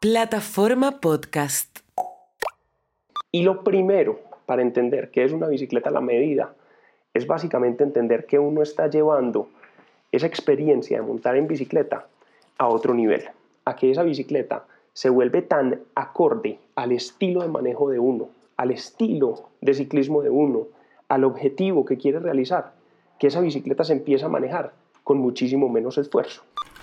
Plataforma Podcast. Y lo primero para entender qué es una bicicleta a la medida es básicamente entender que uno está llevando esa experiencia de montar en bicicleta a otro nivel, a que esa bicicleta se vuelve tan acorde al estilo de manejo de uno, al estilo de ciclismo de uno, al objetivo que quiere realizar, que esa bicicleta se empieza a manejar con muchísimo menos esfuerzo.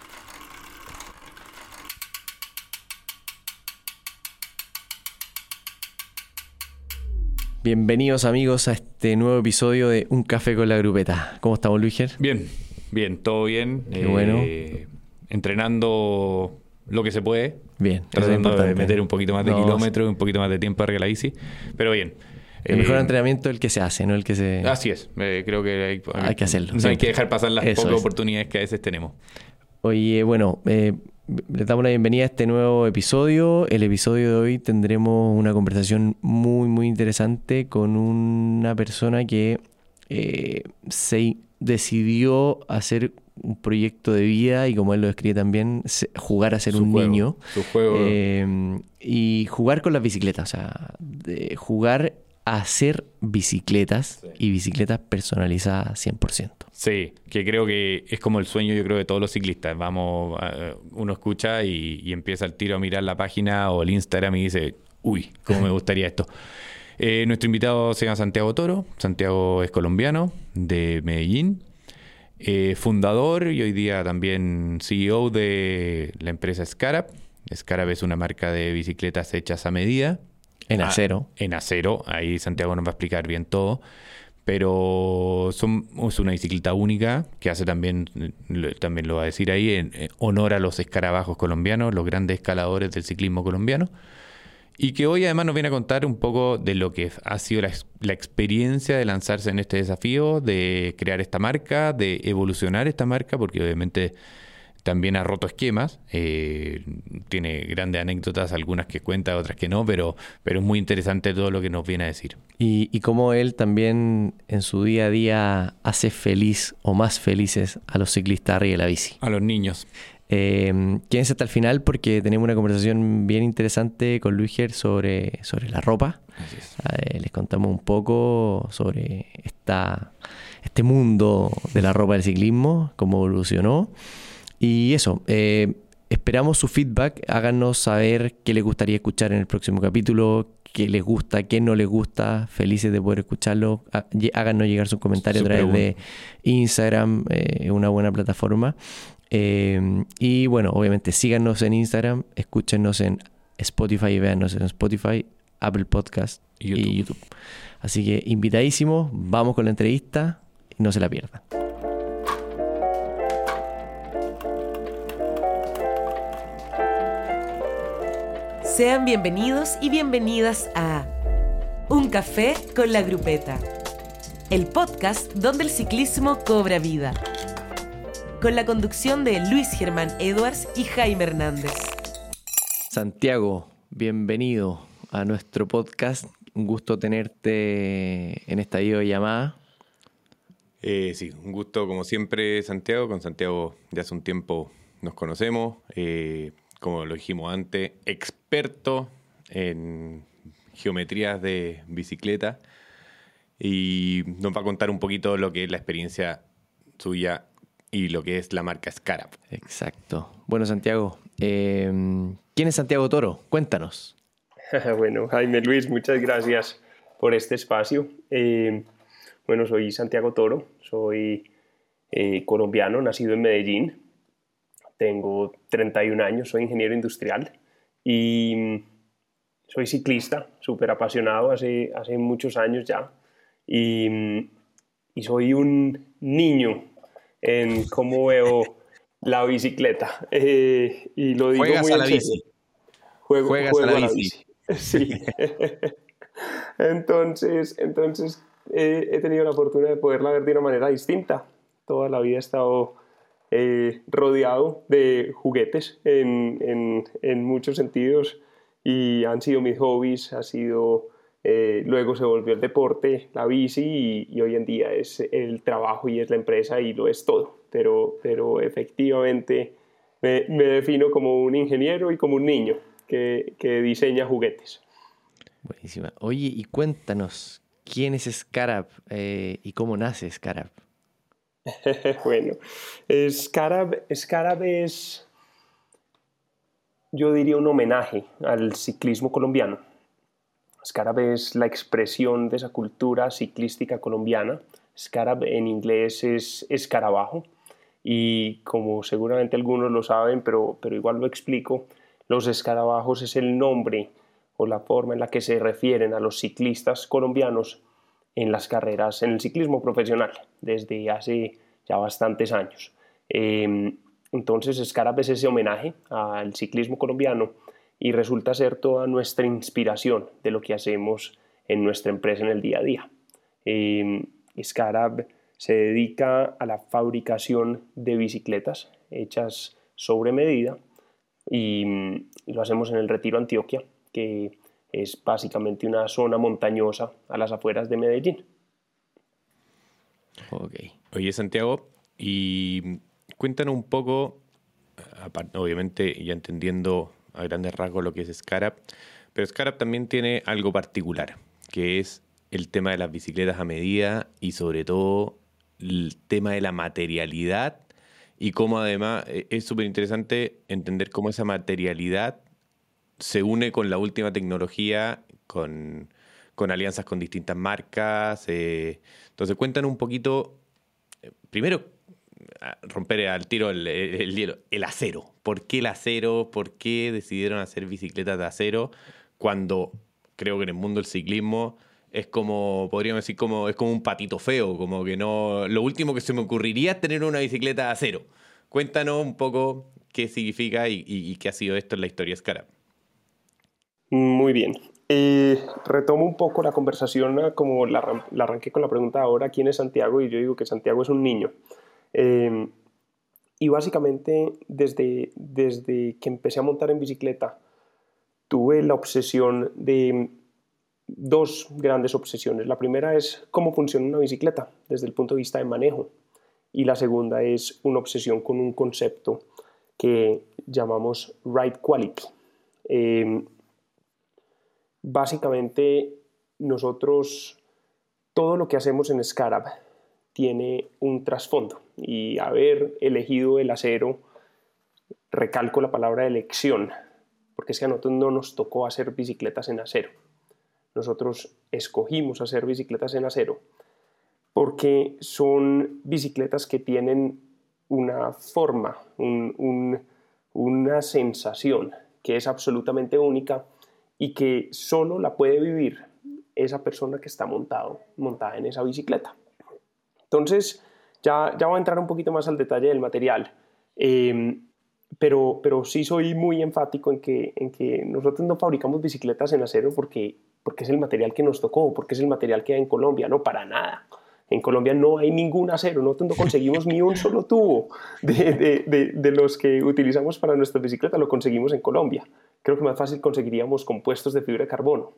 Bienvenidos amigos a este nuevo episodio de Un Café con la Grupeta. ¿Cómo estamos, Luiger? Bien, todo bien. Qué bueno. Entrenando lo que se puede. Bien, tratando de meter un poquito más de kilómetros, un poquito más de tiempo arriba de la bici. Pero bien. El mejor entrenamiento es el que se hace, no el que se... Así es. Creo que hay que hacerlo. No hay que dejar pasar las Eso pocas es. oportunidades que a veces tenemos. Oye, bueno, les damos la bienvenida a este nuevo episodio. El episodio de hoy tendremos una conversación muy interesante con una persona que se decidió hacer un proyecto de vida y, como él lo describe también, jugar a ser un niño. Su juego. Y jugar con las bicicletas, o sea, jugar a hacer bicicletas y bicicletas personalizadas 100%. Sí, que creo que es como el sueño, yo creo, de todos los ciclistas. Uno escucha y empieza al tiro a mirar la página o el Instagram y dice, uy, cómo me gustaría esto. Nuestro invitado se llama Santiago Toro. Santiago es colombiano, de Medellín, fundador y hoy día también CEO de la empresa Scarab. Scarab es una marca de bicicletas hechas a medida. En acero. En acero, ahí Santiago nos va a explicar bien todo. Pero es una bicicleta única que hace también lo va a decir ahí, en honor a los escarabajos colombianos, los grandes escaladores del ciclismo colombiano. Y que hoy además nos viene a contar un poco de lo que ha sido la experiencia de lanzarse en este desafío, de crear esta marca, de evolucionar esta marca, porque obviamente también ha roto esquemas. Tiene grandes anécdotas, algunas que cuenta, otras que no, pero es muy interesante todo lo que nos viene a decir. Y cómo él también en su día a día hace feliz o más felices a los ciclistas arriba de la bici. A los niños. Quédense hasta el final porque tenemos una conversación bien interesante con Luiger sobre la ropa. Así es. Les contamos un poco sobre este mundo de la ropa del ciclismo, cómo evolucionó. Y eso, esperamos su feedback. Háganos saber qué les gustaría escuchar en el próximo capítulo, qué les gusta, qué no les gusta. Felices de poder escucharlo. Háganos llegar sus comentarios a través de Instagram, una buena plataforma. Y bueno, obviamente síganos en Instagram, escúchenos en Spotify y véanos en Spotify, Apple Podcast y YouTube. Así que invitadísimos, vamos con la entrevista y no se la pierdan. Sean bienvenidos y bienvenidas a Un Café con la Grupeta, el podcast donde el ciclismo cobra vida. Con la conducción de Luis Germán Edwards y Jaime Hernández. Santiago, bienvenido a nuestro podcast. Un gusto tenerte en esta videollamada. Sí, un gusto como siempre, Santiago. Con Santiago ya hace un tiempo nos conocemos. Como lo dijimos antes, experto en geometrías de bicicleta. Y nos va a contar un poquito lo que es la experiencia suya y lo que es la marca Scarab. Exacto. Bueno, Santiago, ¿quién es Santiago Toro? Cuéntanos. Bueno, Jaime, Luis, muchas gracias por este espacio. Bueno, soy Santiago Toro, soy colombiano, nacido en Medellín. Tengo 31 años, soy ingeniero industrial y soy ciclista, súper apasionado hace muchos años ya. Y soy un niño en cómo veo la bicicleta. Y lo digo ¿Juegas muy a en la serio. bici? Juego ¿Juegas a la bici. Sí. Entonces he tenido la fortuna de poderla ver de una manera distinta. Toda la vida he estado rodeado de juguetes en muchos sentidos y han sido mis hobbies, luego se volvió el deporte, la bici y hoy en día es el trabajo y es la empresa y lo es todo, pero efectivamente me defino como un ingeniero y como un niño que diseña juguetes. Buenísima. Oye, y cuéntanos, ¿quién es Scarab y cómo nace Scarab? Bueno, Scarab es, yo diría, un homenaje al ciclismo colombiano. Scarab es la expresión de esa cultura ciclística colombiana. Scarab en inglés es escarabajo y como seguramente algunos lo saben, pero igual lo explico, los escarabajos es el nombre o la forma en la que se refieren a los ciclistas colombianos en las carreras, en el ciclismo profesional, desde hace ya bastantes años. Entonces, Scarab es ese homenaje al ciclismo colombiano y resulta ser toda nuestra inspiración de lo que hacemos en nuestra empresa en el día a día. Scarab se dedica a la fabricación de bicicletas hechas sobre medida y lo hacemos en el Retiro, Antioquia, que es básicamente una zona montañosa a las afueras de Medellín. Ok. Oye, Santiago, y cuéntanos un poco, obviamente ya entendiendo a grandes rasgos lo que es Scarab, pero Scarab también tiene algo particular, que es el tema de las bicicletas a medida y sobre todo el tema de la materialidad y cómo además es súper interesante entender cómo esa materialidad se une con la última tecnología, con alianzas con distintas marcas. Entonces, cuéntanos un poquito, primero, romper al tiro el hielo, el acero. ¿Por qué el acero? ¿Por qué decidieron hacer bicicletas de acero cuando creo que en el mundo del ciclismo es como, podríamos decir, es como un patito feo, como que no, lo último que se me ocurriría es tener una bicicleta de acero? Cuéntanos un poco qué significa y qué ha sido esto en la historia Scarab. Muy bien. Retomo un poco la conversación como la arranqué con la pregunta ahora, ¿quién es Santiago? Y yo digo que Santiago es un niño. Y básicamente desde que empecé a montar en bicicleta tuve la obsesión de dos grandes obsesiones. La primera es cómo funciona una bicicleta desde el punto de vista de manejo y la segunda es una obsesión con un concepto que llamamos ride quality. Básicamente nosotros todo lo que hacemos en Scarab tiene un trasfondo y haber elegido el acero, recalco la palabra elección, porque es que a nosotros no nos tocó hacer bicicletas en acero. Nosotros escogimos hacer bicicletas en acero porque son bicicletas que tienen una forma, una sensación que es absolutamente única y que solo la puede vivir esa persona que está montada en esa bicicleta. Entonces, ya voy a entrar un poquito más al detalle del material, pero sí soy muy enfático en que nosotros no fabricamos bicicletas en acero porque es el material que nos tocó, porque es el material que hay en Colombia, no, para nada. En Colombia no hay ningún acero, nosotros no conseguimos ni un solo tubo de los que utilizamos para nuestras bicicletas, lo conseguimos en Colombia. Creo que más fácil conseguiríamos compuestos de fibra de carbono.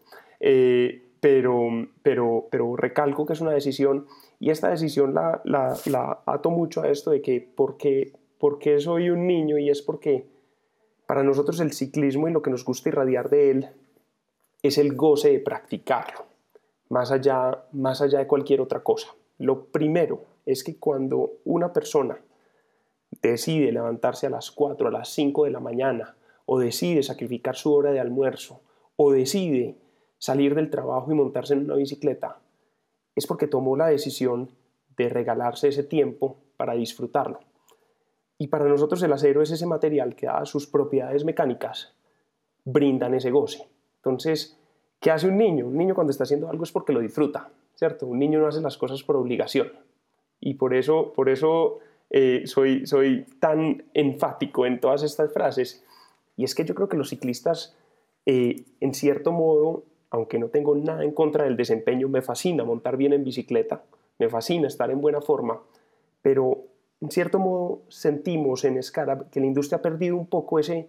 Pero recalco que es una decisión y esta decisión la ato mucho a esto de que ¿por qué soy un niño? Y es porque para nosotros el ciclismo y lo que nos gusta irradiar de él es el goce de practicarlo, más allá de cualquier otra cosa. Lo primero es que cuando una persona decide levantarse a las 4, a las 5 de la mañana, o decide sacrificar su hora de almuerzo, o decide salir del trabajo y montarse en una bicicleta, es porque tomó la decisión de regalarse ese tiempo para disfrutarlo. Y para nosotros el acero es ese material que, dadas sus propiedades mecánicas, brindan ese goce. Entonces, ¿qué hace un niño? Un niño cuando está haciendo algo es porque lo disfruta, ¿cierto? Un niño no hace las cosas por obligación. Y por eso soy tan enfático en todas estas frases. Y es que yo creo que los ciclistas, en cierto modo, aunque no tengo nada en contra del desempeño, me fascina montar bien en bicicleta, me fascina estar en buena forma, pero en cierto modo sentimos en Scarab que la industria ha perdido un poco ese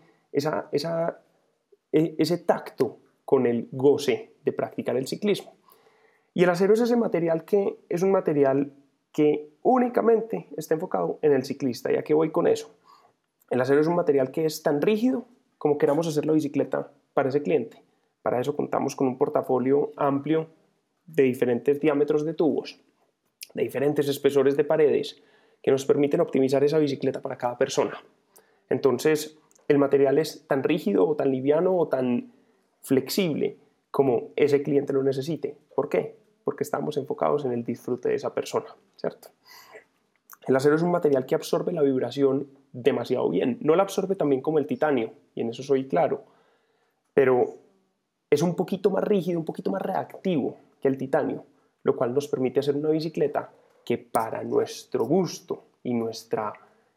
tacto con el goce de practicar el ciclismo. Y el acero es ese material que es un material que únicamente está enfocado en el ciclista. ¿Y a qué voy con eso? El acero es un material que es tan rígido como queramos hacer la bicicleta para ese cliente. Para eso contamos con un portafolio amplio de diferentes diámetros de tubos, de diferentes espesores de paredes, que nos permiten optimizar esa bicicleta para cada persona. Entonces, el material es tan rígido o tan liviano o tan flexible como ese cliente lo necesite. ¿Por qué? Porque estamos enfocados en el disfrute de esa persona, ¿cierto? El acero es un material que absorbe la vibración demasiado bien. No la absorbe tan bien como el titanio, y en eso soy claro, pero es un poquito más rígido, un poquito más reactivo que el titanio, lo cual nos permite hacer una bicicleta que para nuestro gusto y nuestro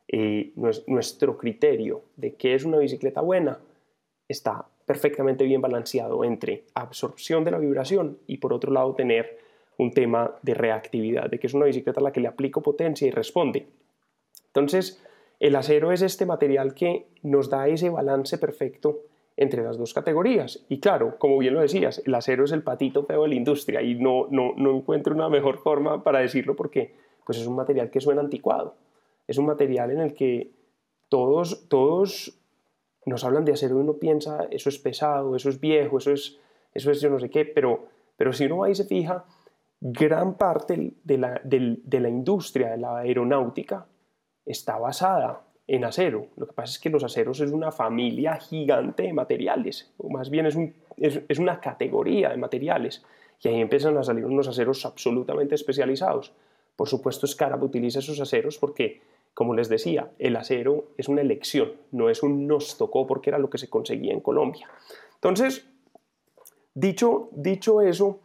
criterio de qué es una bicicleta buena está perfectamente bien balanceado entre absorción de la vibración y por otro lado tener un tema de reactividad, de que es una bicicleta a la que le aplico potencia y responde. Entonces, el acero es este material que nos da ese balance perfecto entre las dos categorías. Y claro, como bien lo decías, el acero es el patito feo de la industria y no encuentro una mejor forma para decirlo porque pues es un material que suena anticuado. Es un material en el que todos nos hablan de acero y uno piensa, eso es pesado, eso es viejo, eso es yo no sé qué, pero si uno va y se fija, gran parte de la industria de la aeronáutica está basada en acero. Lo que pasa es que los aceros es una familia gigante de materiales, o más bien es una categoría de materiales, y ahí empiezan a salir unos aceros absolutamente especializados. Por supuesto, Scarab utiliza esos aceros porque, como les decía, el acero es una elección, no es un nos tocó porque era lo que se conseguía en Colombia. Entonces, dicho eso,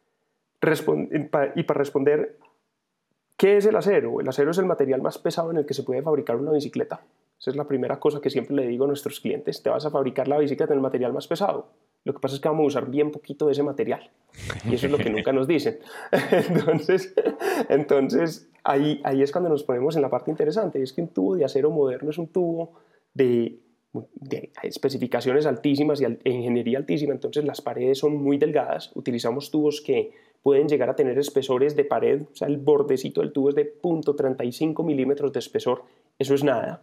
y para responder, ¿qué es el acero? El acero es el material más pesado en el que se puede fabricar una bicicleta. Esa es la primera cosa que siempre le digo a nuestros clientes. Te vas a fabricar la bicicleta en el material más pesado. Lo que pasa es que vamos a usar bien poquito de ese material. Y eso es lo que nunca nos dicen. Entonces ahí es cuando nos ponemos en la parte interesante. Es que un tubo de acero moderno es un tubo de especificaciones altísimas y ingeniería altísima. Entonces las paredes son muy delgadas. Utilizamos tubos que pueden llegar a tener espesores de pared, o sea, el bordecito del tubo es de 0.35 milímetros de espesor, eso es nada,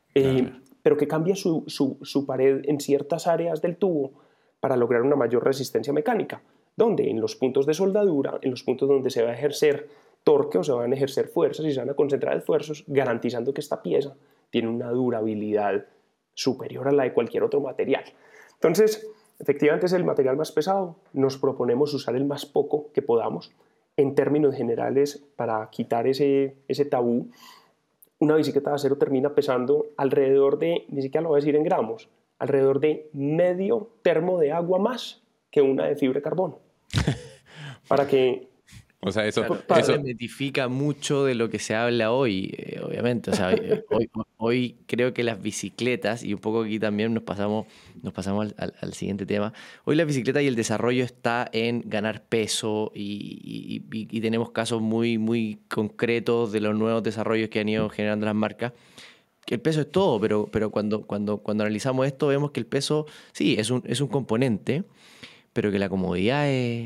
pero que cambia su pared en ciertas áreas del tubo para lograr una mayor resistencia mecánica, donde en los puntos de soldadura, en los puntos donde se va a ejercer torque o se van a ejercer fuerzas y se van a concentrar esfuerzos, garantizando que esta pieza tiene una durabilidad superior a la de cualquier otro material. Entonces, efectivamente es el material más pesado, nos proponemos usar el más poco que podamos. En términos generales, para quitar ese tabú, una bicicleta de acero termina pesando alrededor de, ni siquiera lo voy a decir en gramos, alrededor de medio termo de agua más que una de fibra de carbono. Para que... O sea, eso desmitifica mucho de lo que se habla hoy, obviamente. O sea, hoy creo que las bicicletas, y un poco aquí también nos pasamos al siguiente tema, hoy la bicicleta y el desarrollo está en ganar peso y tenemos casos muy, muy concretos de los nuevos desarrollos que han ido generando las marcas. Que el peso es todo, pero cuando analizamos esto vemos que el peso, sí, es un componente, pero que la comodidad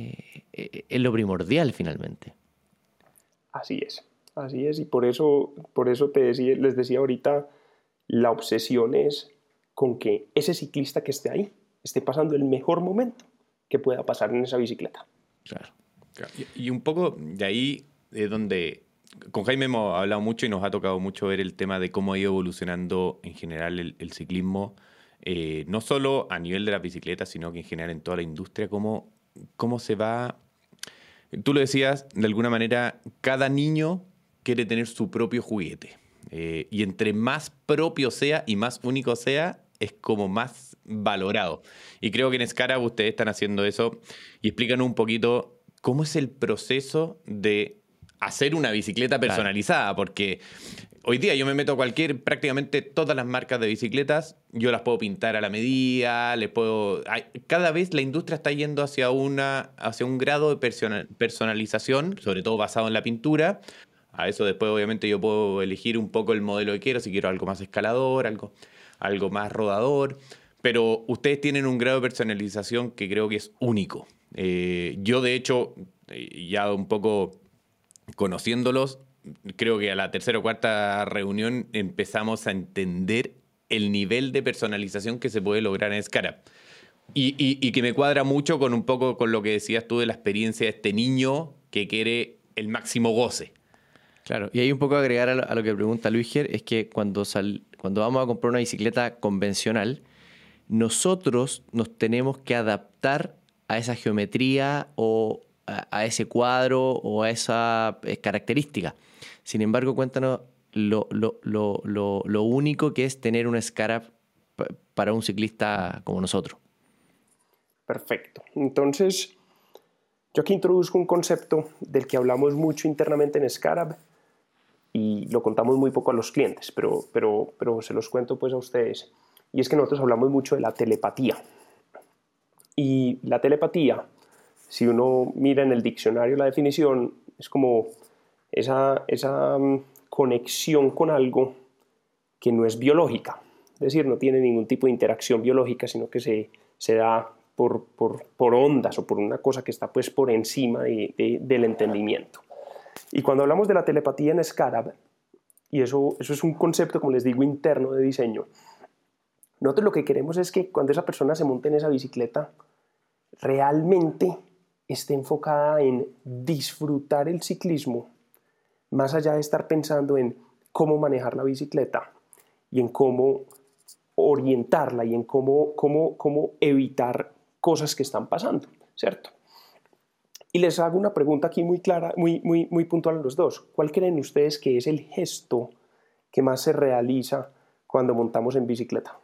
es lo primordial finalmente. Así es, y por eso les decía ahorita, la obsesión es con que ese ciclista que esté ahí esté pasando el mejor momento que pueda pasar en esa bicicleta. Claro. Y un poco de ahí es donde con Jaime hemos hablado mucho y nos ha tocado mucho ver el tema de cómo ha ido evolucionando en general el ciclismo. No solo a nivel de las bicicletas, sino que en general en toda la industria, cómo se va... Tú lo decías, de alguna manera, cada niño quiere tener su propio juguete. Y entre más propio sea y más único sea, es como más valorado. Y creo que en Scarab ustedes están haciendo eso y explican un poquito cómo es el proceso de hacer una bicicleta personalizada, porque... Hoy día yo me meto a prácticamente todas las marcas de bicicletas, yo las puedo pintar a la medida, cada vez la industria está yendo hacia un grado de personalización, sobre todo basado en la pintura. A eso después obviamente yo puedo elegir un poco el modelo que quiero, si quiero algo más escalador, algo más rodador, pero ustedes tienen un grado de personalización que creo que es único. Yo de hecho, ya un poco conociéndolos, creo que a la tercera o cuarta reunión empezamos a entender el nivel de personalización que se puede lograr en Scarab. Y que me cuadra mucho con un poco con lo que decías tú de la experiencia de este niño que quiere el máximo goce. Claro, y hay un poco agregar a lo que pregunta Luiger, es que cuando vamos a comprar una bicicleta convencional, nosotros nos tenemos que adaptar a esa geometría o a ese cuadro o a esa característica. Sin embargo, cuéntanos lo único que es tener un Scarab para un ciclista como nosotros. Perfecto. Entonces, yo aquí introduzco un concepto del que hablamos mucho internamente en Scarab y lo contamos muy poco a los clientes, pero se los cuento pues a ustedes. Y es que nosotros hablamos mucho de la telepatía. Y la telepatía, si uno mira en el diccionario la definición, es como esa conexión con algo que no es biológica. Es decir, no tiene ningún tipo de interacción biológica, sino que se da por ondas o por una cosa que está pues por encima del entendimiento. Y cuando hablamos de la telepatía en Scarab, y eso es un concepto, como les digo, interno de diseño, nosotros lo que queremos es que cuando esa persona se monte en esa bicicleta, realmente esté enfocada en disfrutar el ciclismo, más allá de estar pensando en cómo manejar la bicicleta y en cómo orientarla y en cómo evitar cosas que están pasando, ¿cierto? Y les hago una pregunta aquí muy clara, muy puntual a los dos. ¿Cuál creen ustedes que es el gesto que más se realiza cuando montamos en bicicleta?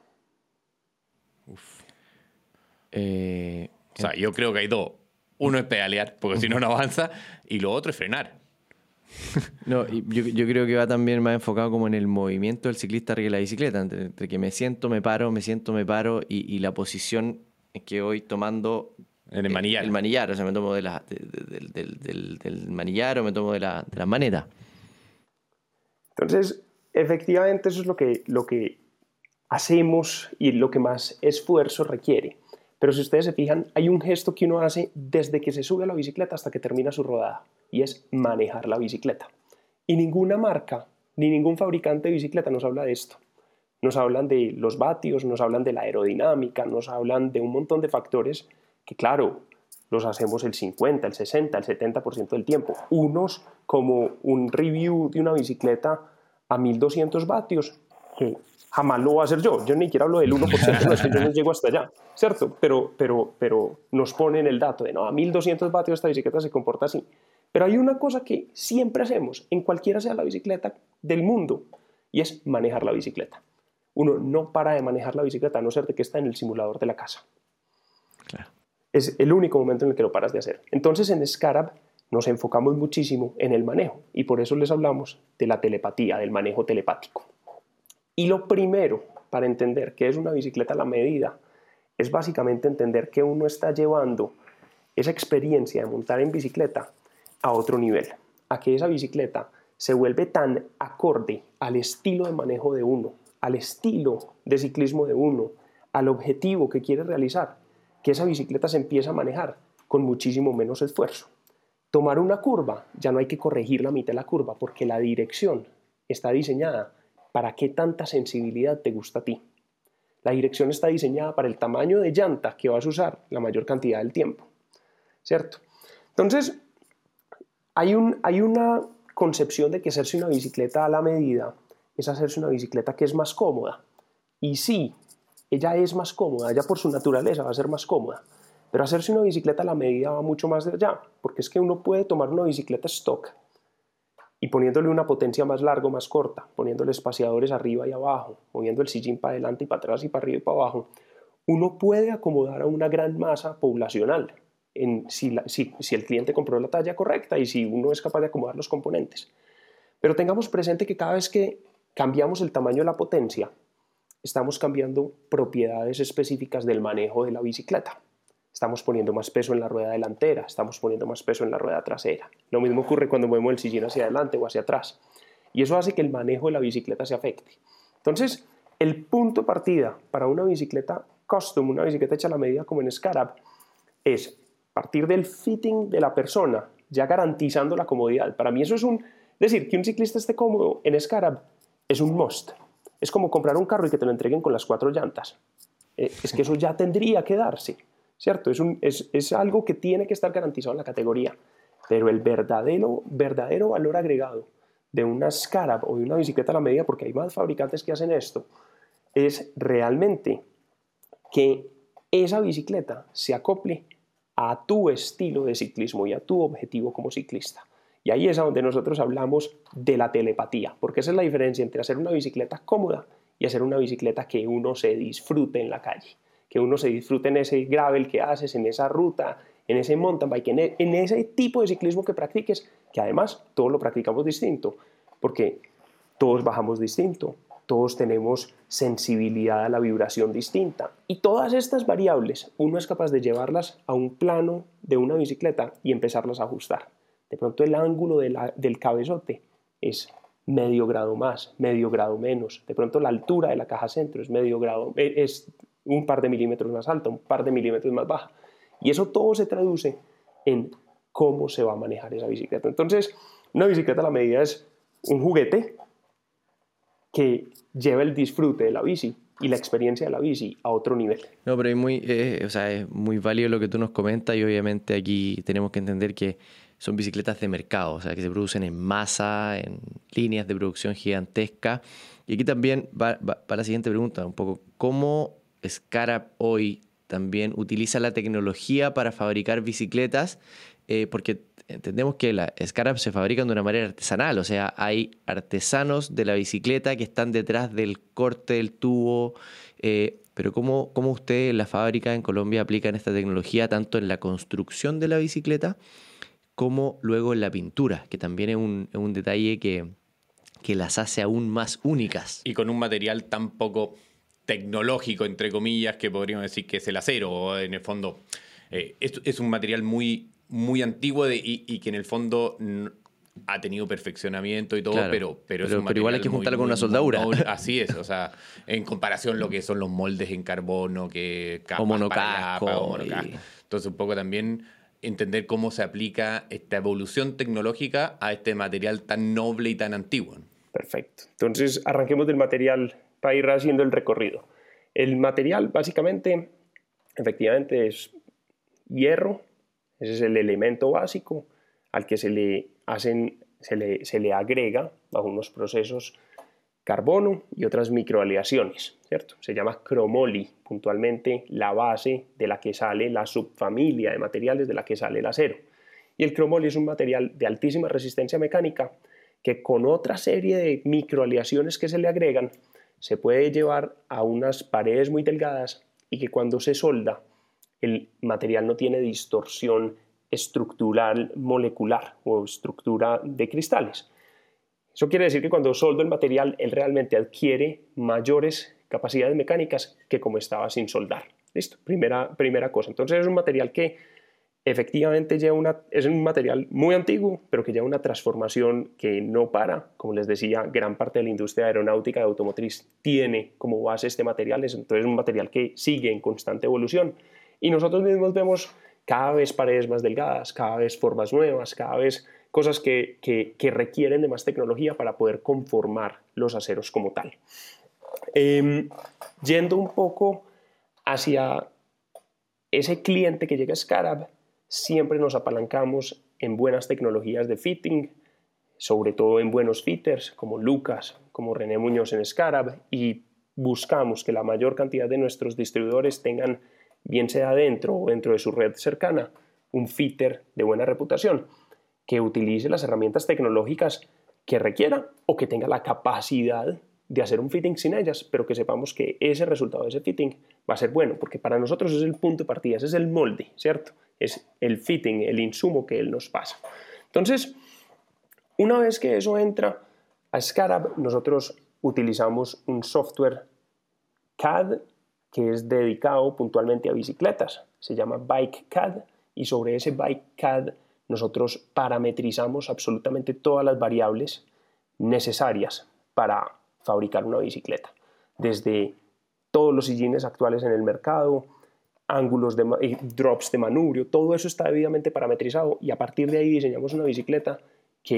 O sea, yo creo que hay dos. Uno es pedalear, porque si no, no avanza, y lo otro es frenar. No, yo creo que va también más enfocado como en el movimiento del ciclista arriba de la bicicleta, entre que me siento, me paro, y la posición en que voy tomando En el manillar. El manillar, o sea, me tomo del manillar o me tomo de las manetas. Entonces, efectivamente eso es lo que hacemos y lo que más esfuerzo requiere. Pero si ustedes se fijan, hay un gesto que uno hace desde que se sube a la bicicleta hasta que termina su rodada, y es manejar la bicicleta. Y ninguna marca, ni ningún fabricante de bicicleta nos habla de esto. Nos hablan de los vatios, nos hablan de la aerodinámica, nos hablan de un montón de factores que, claro, los hacemos el 50, el 60, el 70% del tiempo. Unos, como un review de una bicicleta a 1200 vatios, que jamás lo voy a hacer yo ni siquiera hablo del 1%, no es que yo no llego hasta allá, ¿cierto? Pero nos ponen el dato de, no, a 1200 vatios esta bicicleta se comporta así. Pero hay una cosa que siempre hacemos, en cualquiera sea la bicicleta del mundo, y es manejar la bicicleta. Uno no para de manejar la bicicleta, a no ser de que está en el simulador de la casa. Claro. Es el único momento en el que lo paras de hacer. Entonces en Scarab nos enfocamos muchísimo en el manejo, y por eso les hablamos de la telepatía, del manejo telepático. Y lo primero para entender qué es una bicicleta a la medida es básicamente entender que uno está llevando esa experiencia de montar en bicicleta a otro nivel, a que esa bicicleta se vuelve tan acorde al estilo de manejo de uno, al estilo de ciclismo de uno, al objetivo que quiere realizar, que esa bicicleta se empieza a manejar con muchísimo menos esfuerzo. Tomar una curva, ya no hay que corregir la mitad de la curva porque la dirección está diseñada para qué tanta sensibilidad te gusta a ti. La dirección está diseñada para el tamaño de llanta que vas a usar la mayor cantidad del tiempo, ¿cierto? Entonces, hay una concepción de que hacerse una bicicleta a la medida es hacerse una bicicleta que es más cómoda. Y sí, ella es más cómoda, ella por su naturaleza va a ser más cómoda. Pero hacerse una bicicleta a la medida va mucho más de allá, porque es que uno puede tomar una bicicleta stock y poniéndole una potencia más larga o más corta, poniéndole espaciadores arriba y abajo, moviendo el sillín para adelante y para atrás y para arriba y para abajo, uno puede acomodar a una gran masa poblacional si el cliente compró la talla correcta y si uno es capaz de acomodar los componentes. Pero tengamos presente que cada vez que cambiamos el tamaño de la potencia, estamos cambiando propiedades específicas del manejo de la bicicleta. Estamos poniendo más peso en la rueda delantera, estamos poniendo más peso en la rueda trasera. Lo mismo ocurre cuando movemos el sillín hacia adelante o hacia atrás. Y eso hace que el manejo de la bicicleta se afecte. Entonces, el punto de partida para una bicicleta custom, una bicicleta hecha a la medida como en Scarab, es partir del fitting de la persona, ya garantizando la comodidad. Para mí eso es decir, que un ciclista esté cómodo en Scarab es un must. Es como comprar un carro y que te lo entreguen con las 4 llantas. Es que eso ya tendría que darse, ¿cierto? Es algo que tiene que estar garantizado en la categoría. Pero el verdadero valor agregado de una Scarab o de una bicicleta a la medida, porque hay más fabricantes que hacen esto, es realmente que esa bicicleta se acople a tu estilo de ciclismo y a tu objetivo como ciclista. Y ahí es a donde nosotros hablamos de la telepatía, porque esa es la diferencia entre hacer una bicicleta cómoda y hacer una bicicleta que uno se disfrute en la calle, que uno se disfrute en ese gravel que haces, en esa ruta, en ese mountain bike, en ese tipo de ciclismo que practiques, que además todos lo practicamos distinto, porque todos bajamos distinto, todos tenemos sensibilidad a la vibración distinta, y todas estas variables uno es capaz de llevarlas a un plano de una bicicleta y empezarlas a ajustar. De pronto el ángulo del cabezote es medio grado más, medio grado menos. De pronto la altura de la caja centro es medio grado, es un par de milímetros más alta, un par de milímetros más baja. Y eso todo se traduce en cómo se va a manejar esa bicicleta. Entonces, una bicicleta a la medida es un juguete que lleva el disfrute de la bici y la experiencia de la bici a otro nivel. No, pero es muy válido lo que tú nos comentas, y obviamente aquí tenemos que entender que son bicicletas de mercado, o sea, que se producen en masa, en líneas de producción gigantescas. Y aquí también va la siguiente pregunta, un poco, ¿cómo Scarab hoy también utiliza la tecnología para fabricar bicicletas? Porque entendemos que las Scarab se fabrican de una manera artesanal, o sea, hay artesanos de la bicicleta que están detrás del corte del tubo, pero ¿cómo ustedes, la fábrica en Colombia, aplican esta tecnología tanto en la construcción de la bicicleta como luego en la pintura, que también es un detalle que las hace aún más únicas? Y con un material tan poco tecnológico, entre comillas, que podríamos decir que es el acero. En el fondo, es un material muy, muy antiguo y que en el fondo ha tenido perfeccionamiento y todo, Claro, pero es un material igual hay que juntarlo con una soldadura. Así es, o sea, en comparación a lo que son los moldes en carbono, que capas O monocasco. para o monocasco. Entonces, un poco también entender cómo se aplica esta evolución tecnológica a este material tan noble y tan antiguo. Perfecto. Entonces, arranquemos del material para ir haciendo el recorrido. El material, básicamente, efectivamente, es hierro. Ese es el elemento básico al que se le agrega, bajo unos procesos, carbono y otras microaleaciones, ¿cierto? Se llama cromoly, puntualmente la base de la que sale la subfamilia de materiales de la que sale el acero. Y el cromoly es un material de altísima resistencia mecánica que con otra serie de microaleaciones que se le agregan se puede llevar a unas paredes muy delgadas y que cuando se solda el material no tiene distorsión estructural molecular o estructura de cristales. Eso quiere decir que cuando soldo el material, él realmente adquiere mayores capacidades mecánicas que como estaba sin soldar. ¿Listo? Primera cosa. Entonces es un material que efectivamente es un material muy antiguo, pero que lleva una transformación que no para. Como les decía, gran parte de la industria aeronáutica y automotriz tiene como base este material. Entonces es un material que sigue en constante evolución. Y nosotros mismos vemos cada vez paredes más delgadas, cada vez formas nuevas, cada vez cosas que requieren de más tecnología para poder conformar los aceros como tal. Yendo un poco hacia ese cliente que llega a Scarab, siempre nos apalancamos en buenas tecnologías de fitting, sobre todo en buenos fitters como Lucas, como René Muñoz en Scarab, y buscamos que la mayor cantidad de nuestros distribuidores tengan, bien sea dentro o dentro de su red cercana, un fitter de buena reputación, que utilice las herramientas tecnológicas que requiera o que tenga la capacidad de hacer un fitting sin ellas, pero que sepamos que ese resultado de ese fitting va a ser bueno, porque para nosotros es el punto de partida, ese es el molde, ¿cierto? Es el fitting, el insumo que él nos pasa. Entonces, una vez que eso entra a Scarab, nosotros utilizamos un software CAD que es dedicado puntualmente a bicicletas, se llama Bike CAD, y sobre ese Bike CAD nosotros parametrizamos absolutamente todas las variables necesarias para fabricar una bicicleta, desde todos los sillines actuales en el mercado, ángulos drops de manubrio, todo eso está debidamente parametrizado, y a partir de ahí diseñamos una bicicleta que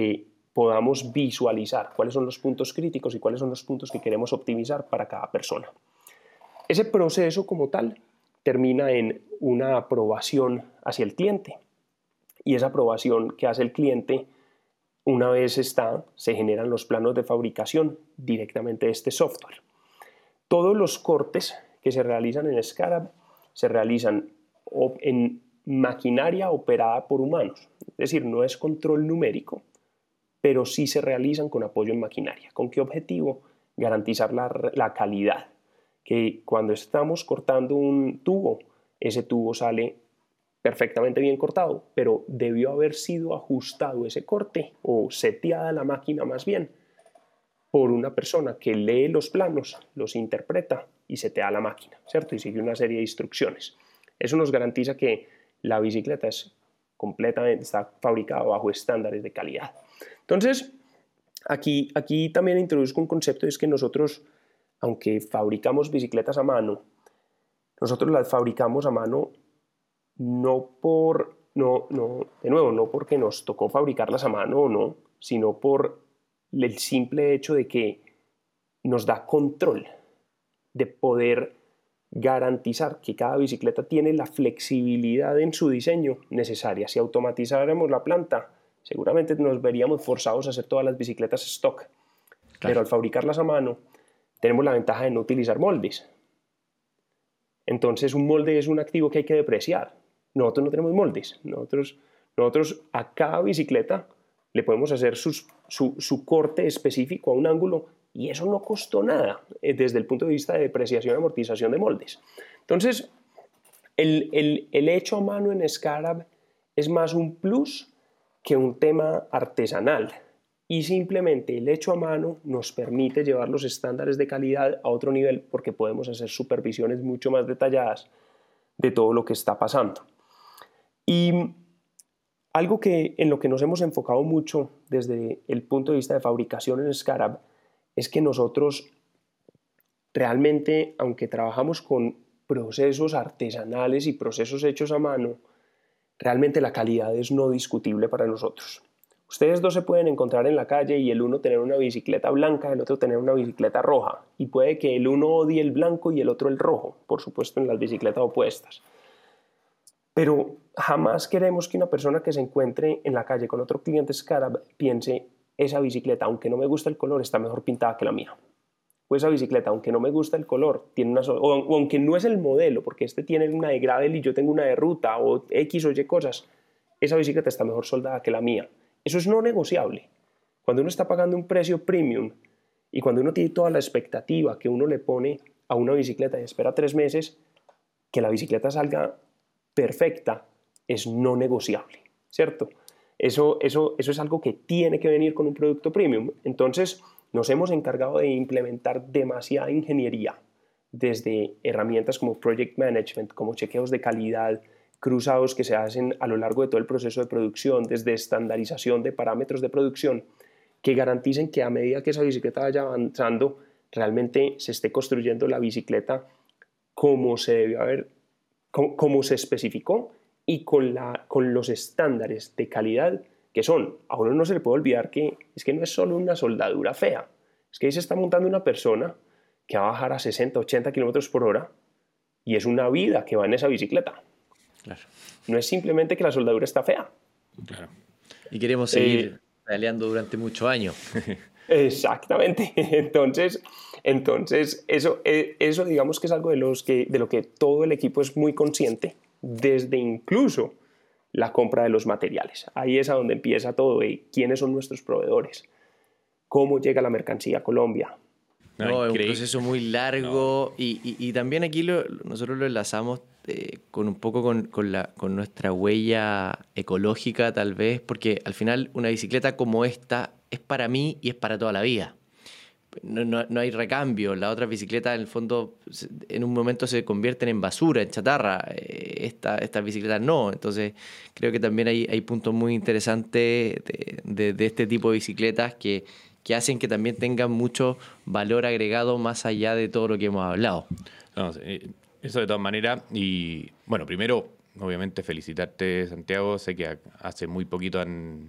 podamos visualizar cuáles son los puntos críticos y cuáles son los puntos que queremos optimizar para cada persona. Ese proceso como tal termina en una aprobación hacia el cliente, y esa aprobación que hace el cliente, una vez se generan los planos de fabricación directamente de este software. Todos los cortes que se realizan en SCARAB se realizan en maquinaria operada por humanos, es decir, no es control numérico, pero sí se realizan con apoyo en maquinaria. ¿Con qué objetivo? Garantizar la calidad, que cuando estamos cortando un tubo, ese tubo sale perfectamente bien cortado, pero debió haber sido ajustado ese corte o seteada la máquina más bien por una persona que lee los planos, los interpreta y setea la máquina, ¿cierto? Y sigue una serie de instrucciones. Eso nos garantiza que la bicicleta está fabricada bajo estándares de calidad. Entonces, aquí también introduzco un concepto, es que nosotros, aunque fabricamos bicicletas a mano, nosotros las fabricamos a mano no porque nos tocó fabricarlas a mano o no, sino por el simple hecho de que nos da control de poder garantizar que cada bicicleta tiene la flexibilidad en su diseño necesaria. Si automatizáramos la planta, seguramente nos veríamos forzados a hacer todas las bicicletas stock. Claro. Pero al fabricarlas a mano, tenemos la ventaja de no utilizar moldes. Entonces, un molde es un activo que hay que depreciar. Nosotros no tenemos moldes. Nosotros a cada bicicleta le podemos hacer su corte específico a un ángulo, y eso no costó nada desde el punto de vista de depreciación y amortización de moldes. Entonces, el hecho a mano en SCARAB es más un plus que un tema artesanal, y simplemente el hecho a mano nos permite llevar los estándares de calidad a otro nivel, porque podemos hacer supervisiones mucho más detalladas de todo lo que está pasando. Y algo en lo que nos hemos enfocado mucho desde el punto de vista de fabricación en SCARAB es que nosotros realmente, aunque trabajamos con procesos artesanales y procesos hechos a mano, realmente la calidad es no discutible para nosotros. Ustedes dos se pueden encontrar en la calle y el uno tener una bicicleta blanca, el otro tener una bicicleta roja, y puede que el uno odie el blanco y el otro el rojo, por supuesto en las bicicletas opuestas. Pero jamás queremos que una persona que se encuentre en la calle con otro cliente SCARAB piense: esa bicicleta, aunque no me gusta el color, está mejor pintada que la mía. O esa bicicleta, aunque no me gusta el color, o aunque no es el modelo, porque este tiene una de gravel y yo tengo una de ruta, o X o Y cosas, esa bicicleta está mejor soldada que la mía. Eso es no negociable. Cuando uno está pagando un precio premium y cuando uno tiene toda la expectativa que uno le pone a una bicicleta y espera 3 meses, que la bicicleta salga perfecta, es no negociable, ¿cierto? Eso es algo que tiene que venir con un producto premium. Entonces, nos hemos encargado de implementar demasiada ingeniería, desde herramientas como Project Management, como chequeos de calidad cruzados que se hacen a lo largo de todo el proceso de producción, desde estandarización de parámetros de producción, que garanticen que a medida que esa bicicleta vaya avanzando, realmente se esté construyendo la bicicleta como se debió haber, como se especificó, y con los estándares de calidad que son. A uno no se le puede olvidar que es que no es solo una soldadura fea, es que ahí se está montando una persona que va a bajar a 60, 80 kilómetros por hora, y es una vida que va en esa bicicleta. Claro. No es simplemente que la soldadura está fea. Claro. Y queremos seguir pedaleando durante muchos años. Exactamente. Entonces eso digamos que es algo de lo que todo el equipo es muy consciente, desde incluso la compra de los materiales. Ahí es a donde empieza todo. ¿Quiénes son nuestros proveedores? ¿Cómo llega la mercancía a Colombia? No, es un proceso muy largo. Y también aquí nosotros lo enlazamos con un poco con nuestra huella ecológica, tal vez, porque al final una bicicleta como esta es para mí y es para toda la vida. No hay recambio. Las otras bicicletas, en el fondo, en un momento se convierten en basura, en chatarra. Estas bicicletas no. Entonces, creo que también hay puntos muy interesantes de este tipo de bicicletas que hacen que también tengan mucho valor agregado más allá de todo lo que hemos hablado. No, eso de todas maneras. Y bueno, primero, obviamente felicitarte, Santiago. Sé que hace muy poquito han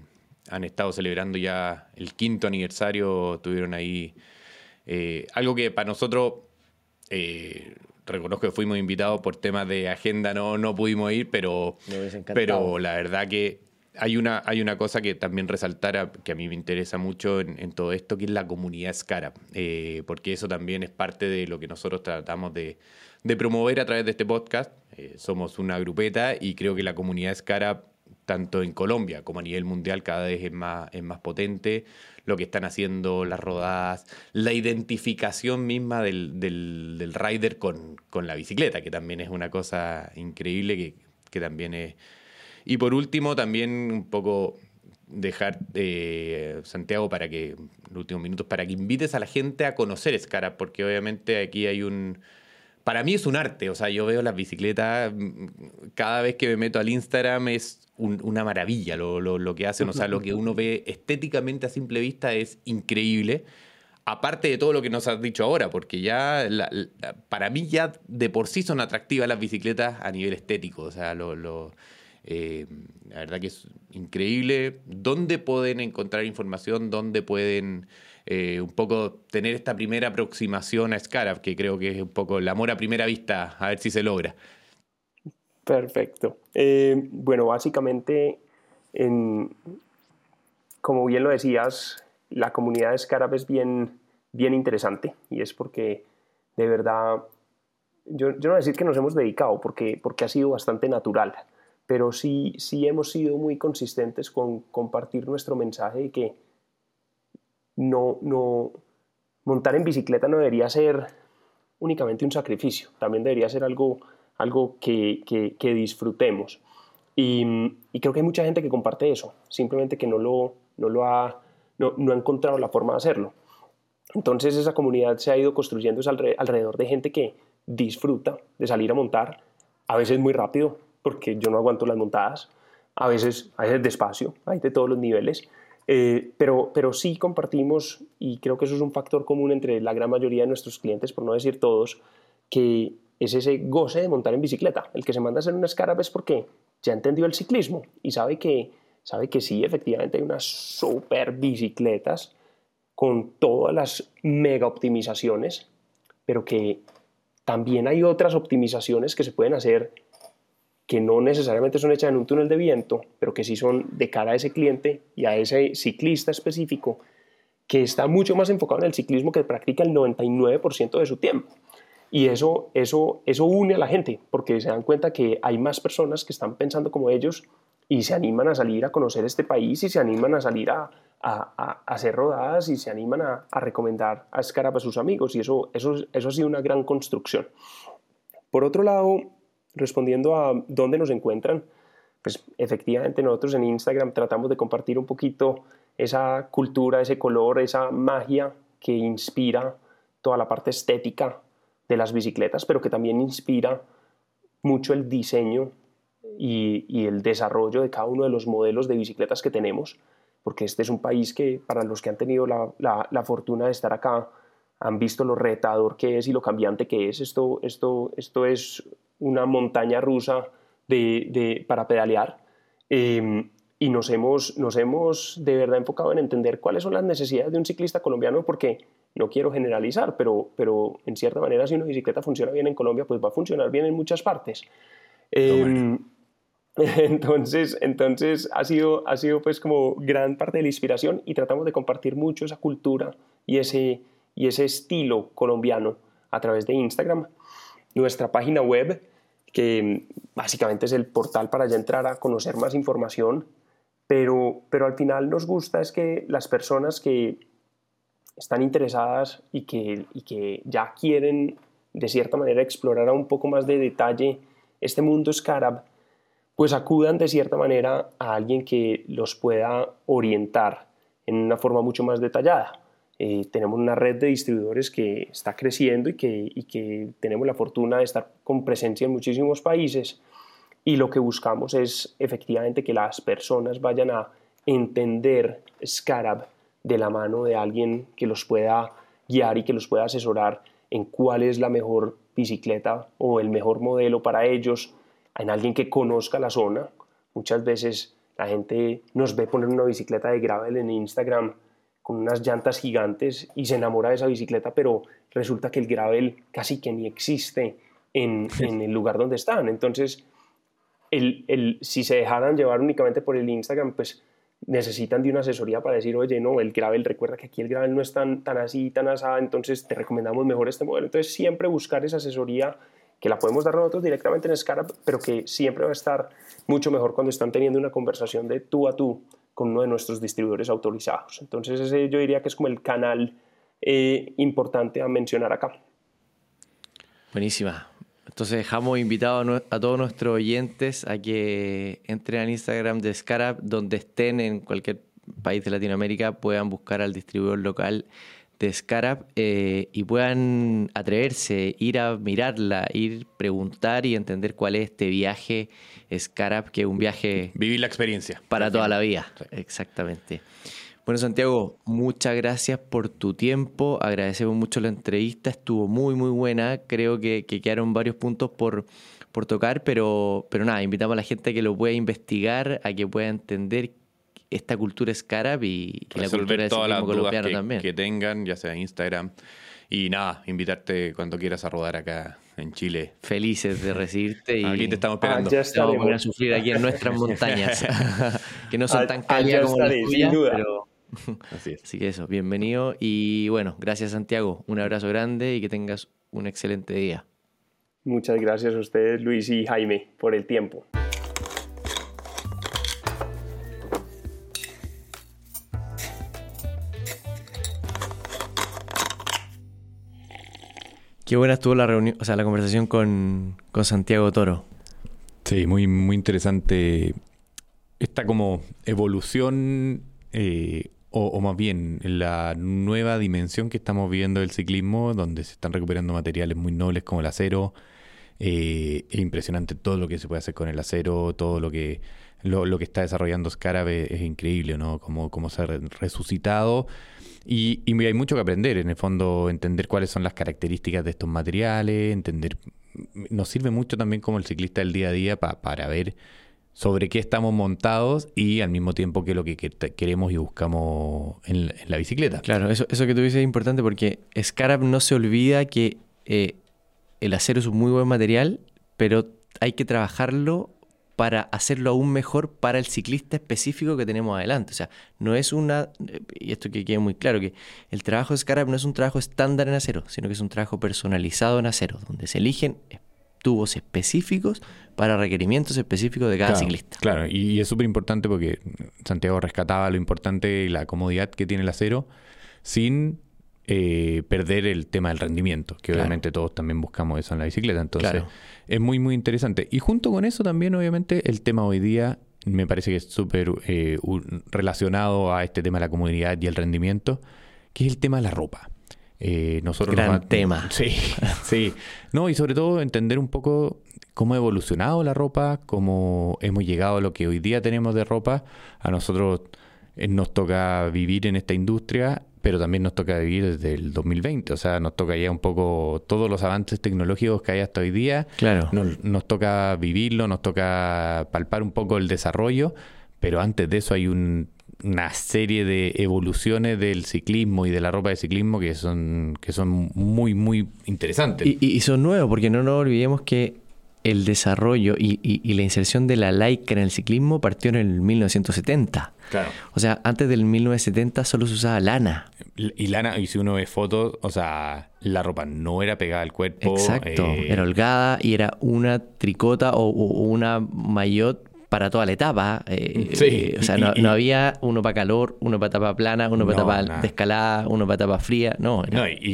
han estado celebrando ya el 5º aniversario, tuvieron ahí algo que para nosotros, reconozco que fuimos invitados por temas de agenda, no pudimos ir, pero la verdad que hay una cosa que también resaltar, que a mí me interesa mucho en todo esto, que es la comunidad Scarab, porque eso también es parte de lo que nosotros tratamos de promover a través de este podcast. Somos una grupeta y creo que la comunidad Scarab, tanto en Colombia como a nivel mundial, cada vez es más potente. Lo que están haciendo, las rodadas, la identificación misma del rider con la bicicleta, que también es una cosa increíble, que también es... Y por último, también un poco dejar, Santiago, para que, en los últimos minutos, para que invites a la gente a conocer Scarab, porque obviamente aquí hay para mí es un arte, o sea, yo veo las bicicletas, cada vez que me meto al Instagram es una maravilla lo que hacen, o sea, lo que uno ve estéticamente a simple vista es increíble, aparte de todo lo que nos has dicho ahora, porque ya, para mí ya de por sí son atractivas las bicicletas a nivel estético, o sea, la verdad que es increíble. ¿Dónde pueden encontrar información? ¿Dónde pueden un poco tener esta primera aproximación a Scarab, que creo que es un poco el amor a primera vista, a ver si se logra? Perfecto. Bueno, básicamente, como bien lo decías, la comunidad de Scarab es bien interesante, y es porque de verdad, yo no voy a decir que nos hemos dedicado, porque ha sido bastante natural, pero sí hemos sido muy consistentes con compartir nuestro mensaje de que montar en bicicleta no debería ser únicamente un sacrificio, también debería ser algo que disfrutemos. Y creo que hay mucha gente que comparte eso, simplemente que no ha encontrado la forma de hacerlo. Entonces esa comunidad se ha ido construyendo alrededor de gente que disfruta de salir a montar, a veces muy rápido, porque yo no aguanto las montadas, a veces despacio, hay de todos los niveles, pero sí compartimos, y creo que eso es un factor común entre la gran mayoría de nuestros clientes, por no decir todos, que es ese goce de montar en bicicleta. El que se manda a hacer una Scarab es porque ya entendió el ciclismo y sabe que sí, efectivamente hay unas super bicicletas con todas las mega optimizaciones, pero que también hay otras optimizaciones que se pueden hacer que no necesariamente son hechas en un túnel de viento, pero que sí son de cara a ese cliente y a ese ciclista específico que está mucho más enfocado en el ciclismo, que practica el 99% de su tiempo. Y eso une a la gente, porque se dan cuenta que hay más personas que están pensando como ellos y se animan a salir a conocer este país, y se animan a salir a hacer rodadas, y se animan a recomendar a Scarab a sus amigos, y eso ha sido una gran construcción. Por otro lado, respondiendo a dónde nos encuentran, pues efectivamente nosotros en Instagram tratamos de compartir un poquito esa cultura, ese color, esa magia que inspira toda la parte estética de las bicicletas, pero que también inspira mucho el diseño y el desarrollo de cada uno de los modelos de bicicletas que tenemos, porque este es un país que, para los que han tenido la fortuna de estar acá, han visto lo retador que es y lo cambiante que es. Esto es una montaña rusa para pedalear, y nos hemos de verdad enfocado en entender cuáles son las necesidades de un ciclista colombiano, porque no quiero generalizar, pero en cierta manera, si una bicicleta funciona bien en Colombia, pues va a funcionar bien en muchas partes. Entonces ha sido pues como gran parte de la inspiración, y tratamos de compartir mucho esa cultura y ese estilo colombiano a través de Instagram. Nuestra página web, que básicamente es el portal para ya entrar a conocer más información, pero al final nos gusta es que las personas que están interesadas y que ya quieren de cierta manera explorar a un poco más de detalle este mundo Scarab, pues acudan de cierta manera a alguien que los pueda orientar en una forma mucho más detallada. Tenemos una red de distribuidores que está creciendo y que tenemos la fortuna de estar con presencia en muchísimos países, y lo que buscamos es efectivamente que las personas vayan a entender Scarab de la mano de alguien que los pueda guiar y que los pueda asesorar en cuál es la mejor bicicleta o el mejor modelo para ellos, en alguien que conozca la zona. Muchas veces La gente nos ve poner una bicicleta de gravel en Instagram con unas llantas gigantes y se enamora de esa bicicleta, pero resulta que el gravel casi que ni existe en el lugar donde están. Entonces, si se dejaran llevar únicamente por el Instagram, pues necesitan de una asesoría para decir, oye, no, el gravel, recuerda que aquí el gravel no es tan así, tan asado, entonces te recomendamos mejor este modelo. Entonces, siempre buscar esa asesoría que la podemos dar nosotros directamente en Scarab, pero que siempre va a estar mucho mejor cuando están teniendo una conversación de tú a tú con uno de nuestros distribuidores autorizados. Entonces, ese yo diría que es como el canal importante a mencionar acá. Buenísima. Entonces dejamos invitados a todos nuestros oyentes a que entren al Instagram de Scarab, donde estén en cualquier país de Latinoamérica, puedan buscar al distribuidor local de Scarab y puedan atreverse, ir a mirarla, ir a preguntar y entender cuál es este viaje Scarab, que es un viaje... Vivir la experiencia. Para toda la vida, sí. Exactamente. Bueno, Santiago, muchas gracias por tu tiempo, agradecemos mucho la entrevista, estuvo muy muy buena, creo que quedaron varios puntos por tocar, pero nada, invitamos a la gente a que lo pueda investigar, a que pueda entender esta cultura Scarab y la cultura del ciclismo colombiano también. Que tengan, ya sea en Instagram, y nada, invitarte cuando quieras a rodar acá en Chile. Felices de recibirte y aquí te estamos esperando. Vamos a sufrir aquí en nuestras montañas, que no son tan cálidas como las tuyas, pero... Así es. Así que eso, bienvenido y bueno, gracias Santiago, un abrazo grande y que tengas un excelente día. Muchas gracias a ustedes, Luis y Jaime, por el tiempo. Qué buena estuvo la reunión, o sea, la conversación con Santiago Toro. Sí, muy, muy interesante esta como evolución o más bien la nueva dimensión que estamos viendo del ciclismo, donde se están recuperando materiales muy nobles como el acero. Es impresionante todo lo que se puede hacer con el acero, todo lo que está desarrollando Scarab es increíble, ¿no? Cómo se ha resucitado. Y hay mucho que aprender, en el fondo, entender cuáles son las características de estos materiales, nos sirve mucho también como el ciclista del día a día para ver sobre qué estamos montados y al mismo tiempo qué es lo que queremos y buscamos en la bicicleta. Claro, eso que tú dices es importante porque Scarab no se olvida que el acero es un muy buen material, pero hay que trabajarlo para hacerlo aún mejor para el ciclista específico que tenemos adelante. O sea, no es y esto que quede muy claro, que el trabajo de Scarab no es un trabajo estándar en acero, sino que es un trabajo personalizado en acero, donde se eligen tubos específicos para requerimientos específicos de cada ciclista. Claro, y es súper importante porque Santiago rescataba lo importante y la comodidad que tiene el acero sin perder el tema del rendimiento, que obviamente todos también buscamos eso en la bicicleta. Entonces es muy, muy interesante. Y junto con eso también, obviamente, el tema hoy día me parece que es súper relacionado a este tema de la comodidad y el rendimiento, que es el tema de la ropa. Gran tema. Sí, sí. No, y sobre todo entender un poco cómo ha evolucionado la ropa, cómo hemos llegado a lo que hoy día tenemos de ropa. A nosotros nos toca vivir en esta industria, pero también nos toca vivir desde el 2020. O sea, nos toca ya un poco todos los avances tecnológicos que hay hasta hoy día. Claro. Nos toca vivirlo, nos toca palpar un poco el desarrollo, pero antes de eso hay una serie de evoluciones del ciclismo y de la ropa de ciclismo que son muy, muy interesantes. Y son nuevos, porque no nos olvidemos que el desarrollo y la inserción de la Lycra en el ciclismo partió en el 1970. Claro. O sea, antes del 1970 solo se usaba lana. Y lana, y si uno ve fotos, o sea, la ropa no era pegada al cuerpo. Exacto, era holgada y era una tricota o una maillot para toda la etapa. Sí. O sea, no había uno para calor, uno para etapa plana, uno para etapa de escalada, uno para etapa fría. No,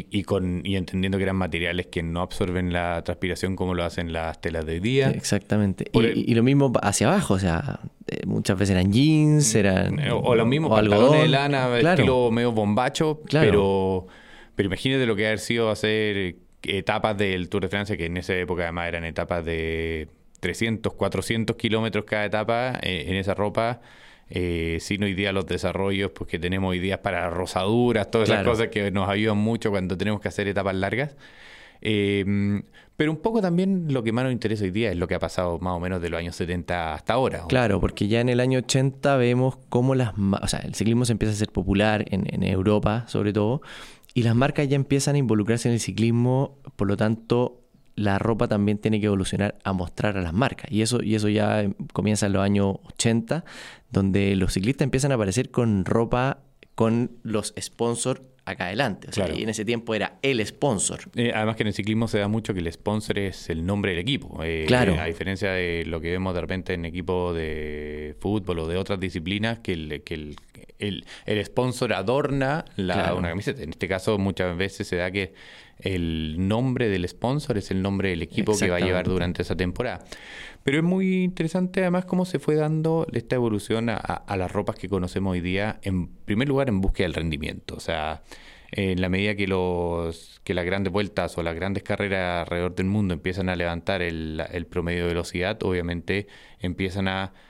y entendiendo que eran materiales que no absorben la transpiración como lo hacen las telas de hoy día. Exactamente. Y lo mismo hacia abajo, o sea, muchas veces eran jeans, o los mismos pantalones de lana, estilo medio bombacho, pero imagínate lo que haber sido hacer etapas del Tour de Francia, que en esa época además eran etapas de 300, 400 kilómetros cada etapa en esa ropa, sin hoy día los desarrollos pues, que tenemos hoy día para rosaduras, todas esas cosas que nos ayudan mucho cuando tenemos que hacer etapas largas. Pero un poco también lo que más nos interesa hoy día es lo que ha pasado más o menos de los años 70 hasta ahora. Claro, porque ya en el año 80 vemos cómo el ciclismo se empieza a ser popular en Europa sobre todo, y las marcas ya empiezan a involucrarse en el ciclismo, por lo tanto la ropa también tiene que evolucionar a mostrar a las marcas. Y eso ya comienza en los años 80, donde los ciclistas empiezan a aparecer con ropa con los sponsors acá adelante. O sea, Claro. y en ese tiempo era el sponsor. Además que en el ciclismo se da mucho que el sponsor es el nombre del equipo. Claro. A diferencia de lo que vemos de repente en equipos de fútbol o de otras disciplinas, que el sponsor adorna Claro. una camiseta. En este caso muchas veces se da que el nombre del sponsor es el nombre del equipo que va a llevar Exactamente. durante esa temporada. Pero es muy interesante además cómo se fue dando esta evolución a las ropas que conocemos hoy día, en primer lugar en búsqueda del rendimiento. O sea, en la medida que las grandes vueltas o las grandes carreras alrededor del mundo empiezan a levantar el promedio de velocidad, obviamente empieza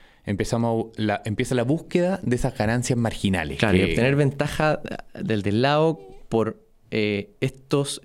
la búsqueda de esas ganancias marginales. Claro, y obtener ventaja del lado por estos...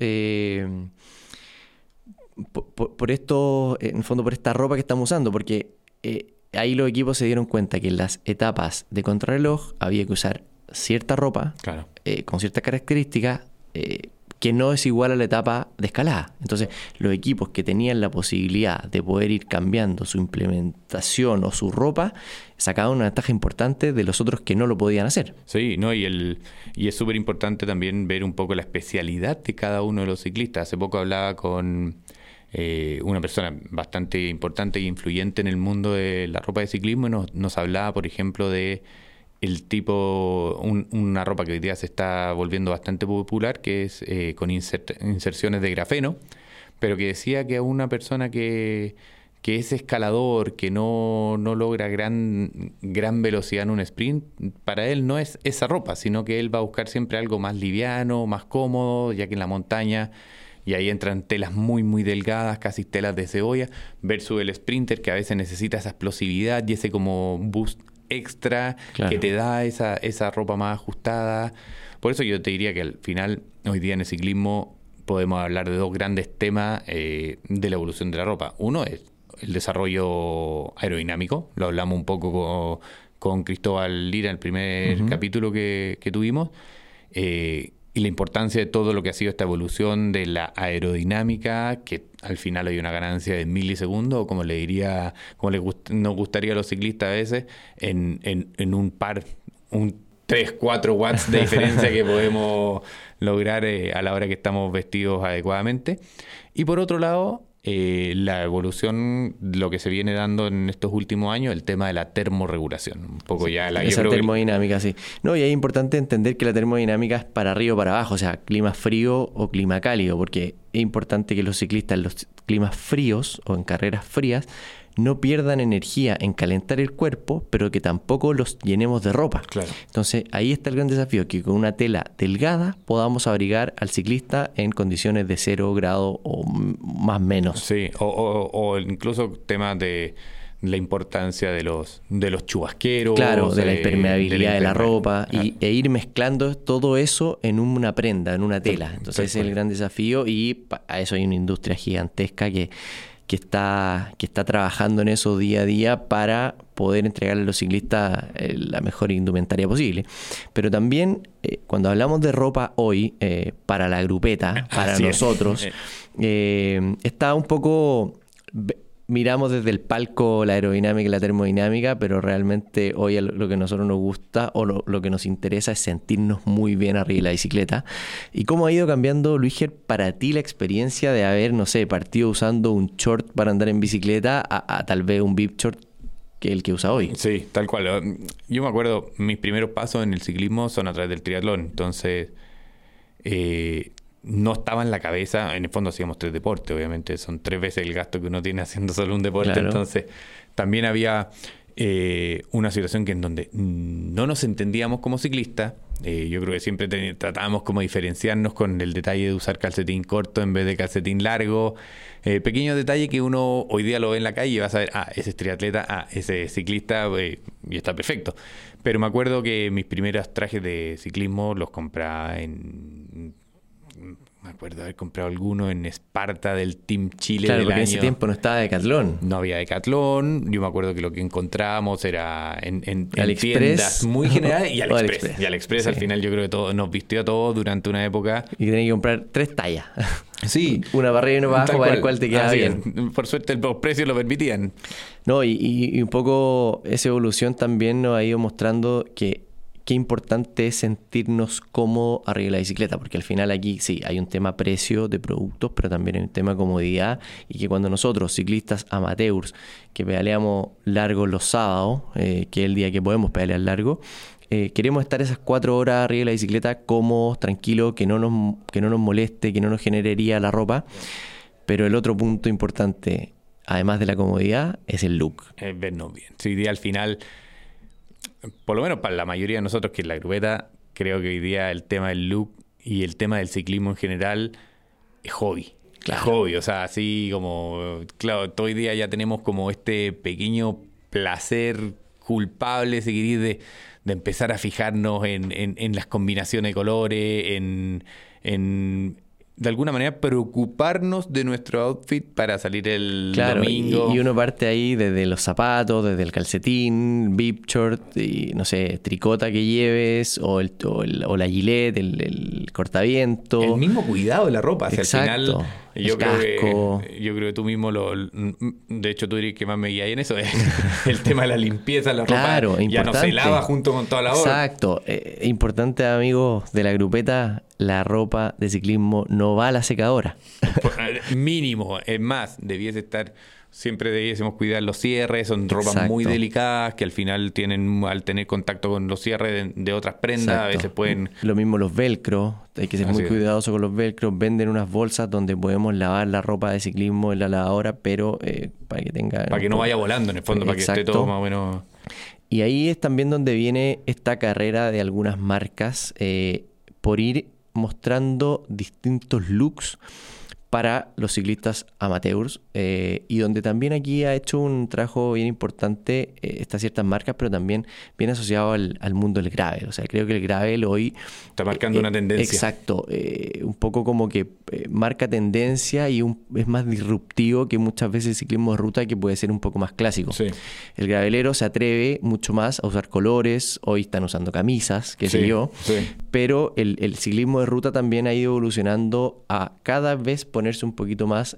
por esto, en el fondo, por esta ropa que estamos usando, porque ahí los equipos se dieron cuenta que en las etapas de contrarreloj había que usar cierta ropa Claro. con ciertas características que no es igual a la etapa de escalada. Entonces, los equipos que tenían la posibilidad de poder ir cambiando su implementación o su ropa sacaban una ventaja importante de los otros que no lo podían hacer. Sí, ¿no? Y es súper importante también ver un poco la especialidad de cada uno de los ciclistas. Hace poco hablaba con una persona bastante importante e influyente en el mundo de la ropa de ciclismo y nos hablaba, por ejemplo, de el tipo, una ropa que hoy día se está volviendo bastante popular, que es con inserciones de grafeno, pero que decía que a una persona que es escalador, que no logra gran velocidad en un sprint, para él no es esa ropa, sino que él va a buscar siempre algo más liviano, más cómodo, ya que en la montaña, y ahí entran telas muy, muy delgadas, casi telas de cebolla, versus el sprinter, que a veces necesita esa explosividad y ese como boost extra, Claro, que te da esa ropa más ajustada. Por eso yo te diría que al final, hoy día en el ciclismo, podemos hablar de dos grandes temas de la evolución de la ropa. Uno es el desarrollo aerodinámico, lo hablamos un poco con Cristóbal Lira en el primer capítulo que tuvimos, y la importancia de todo lo que ha sido esta evolución de la aerodinámica, que al final hay una ganancia de milisegundos, o como nos gustaría a los ciclistas a veces, en un 3-4 watts de diferencia que podemos lograr a la hora que estamos vestidos adecuadamente. Y por otro lado, la evolución, lo que se viene dando en estos últimos años, el tema de la termorregulación. Un poco ya yo esa creo que termodinámica, sí. No, y es importante entender que la termodinámica es para arriba o para abajo, o sea, clima frío o clima cálido, porque es importante que los ciclistas en los climas fríos o en carreras frías no pierdan energía en calentar el cuerpo, pero que tampoco los llenemos de ropa. Claro. Entonces, ahí está el gran desafío, que con una tela delgada podamos abrigar al ciclista en condiciones de 0 grado o más menos. Sí, o incluso temas de la importancia de los chubasqueros. Claro, de la impermeabilidad de la ropa Claro. e ir mezclando todo eso en una prenda, en una tela. Entonces ese es el gran desafío y a eso hay una industria gigantesca que está trabajando en eso día a día para poder entregarle a los ciclistas la mejor indumentaria posible. Pero también cuando hablamos de ropa hoy, para la grupeta, para Así es. nosotros, está un poco... Miramos desde el palco la aerodinámica y la termodinámica, pero realmente hoy lo que a nosotros nos gusta o lo que nos interesa es sentirnos muy bien arriba de la bicicleta. ¿Y cómo ha ido cambiando, Luiger, para ti la experiencia de haber, no sé, partido usando un short para andar en bicicleta a tal vez un bib short que el que usa hoy? Sí, tal cual. Yo me acuerdo, mis primeros pasos en el ciclismo son a través del triatlón. Entonces, no estaba en la cabeza. En el fondo hacíamos 3 deportes, obviamente. Son 3 veces el gasto que uno tiene haciendo solo un deporte. Claro. Entonces, también había una situación que en donde no nos entendíamos como ciclistas. Yo creo que siempre tratábamos como diferenciarnos con el detalle de usar calcetín corto en vez de calcetín largo. Pequeño detalle que uno hoy día lo ve en la calle y va a saber, ese es triatleta, ese es ciclista, y está perfecto. Pero me acuerdo que mis primeros trajes de ciclismo los compraba en me acuerdo haber comprado alguno en Esparta del Team Chile Claro, del porque año. en ese tiempo no estaba Decathlon. No había Decathlon. Yo me acuerdo que lo que encontrábamos era en AliExpress. tiendas muy generales y O AliExpress. AliExpress. Y AliExpress al Sí. final yo creo que nos vistió a todos durante una época. Y tenés que comprar 3 tallas. Sí. Una para arriba y una para Tal abajo para ver cuál te queda Así bien. es. Por suerte los precios lo permitían. No, y un poco esa evolución también nos ha ido mostrando que qué importante es sentirnos cómodos arriba de la bicicleta, porque al final aquí sí, hay un tema precio de productos, pero también hay un tema comodidad, y que cuando nosotros, ciclistas amateurs, que pedaleamos largo los sábados, que es el día que podemos pedalear largo, queremos estar esas 4 horas arriba de la bicicleta cómodos, tranquilos, que no nos moleste, que no nos generaría la ropa. Pero el otro punto importante, además de la comodidad, es el look. Es vernos bien. Sí, hoy día al final, por lo menos para la mayoría de nosotros que es la grupeta, creo que hoy día el tema del look y el tema del ciclismo en general es hobby. Claro. Es hobby, o sea, así como, claro, todo hoy día ya tenemos como este pequeño placer culpable, si queréis, de empezar a fijarnos en las combinaciones de colores, en de alguna manera preocuparnos de nuestro outfit para salir el domingo. Y uno parte ahí desde los zapatos, desde el calcetín, bib short, y no sé, tricota que lleves, o la gilet, el cortaviento. El mismo cuidado de la ropa. Hacia Exacto. el final, yo El creo casco. yo creo que tú mismo de hecho tú dirías que más me guías en eso, el tema de la limpieza de la Claro, ropa ya no se importante. lava junto con toda la obra. Exacto. Importante, amigos de la grupeta, la ropa de ciclismo no va a la secadora. Mínimo, es más, siempre debiésemos cuidar los cierres, son ropas Exacto. muy delicadas que al final al tener contacto con los cierres de otras prendas, a Exacto. veces pueden... Lo mismo los velcros, hay que ser Así muy es. cuidadoso con los velcros. Venden unas bolsas donde podemos lavar la ropa de ciclismo en la lavadora, pero para que tenga... Para que no vaya volando en el fondo, para que esté Exacto. todo más o menos... Y ahí es también donde viene esta carrera de algunas marcas por ir mostrando distintos looks para los ciclistas amateurs, y donde también aquí ha hecho un trabajo bien importante estas ciertas marcas, pero también bien asociado al mundo del gravel. O sea, creo que el gravel hoy... Está marcando una tendencia. Exacto. Un poco como que marca tendencia y es más disruptivo que muchas veces el ciclismo de ruta, que puede ser un poco más clásico. Sí. El gravelero se atreve mucho más a usar colores. Hoy están usando camisas, qué sé Sí, yo. sí. Pero el ciclismo de ruta también ha ido evolucionando a cada vez ponerse un poquito más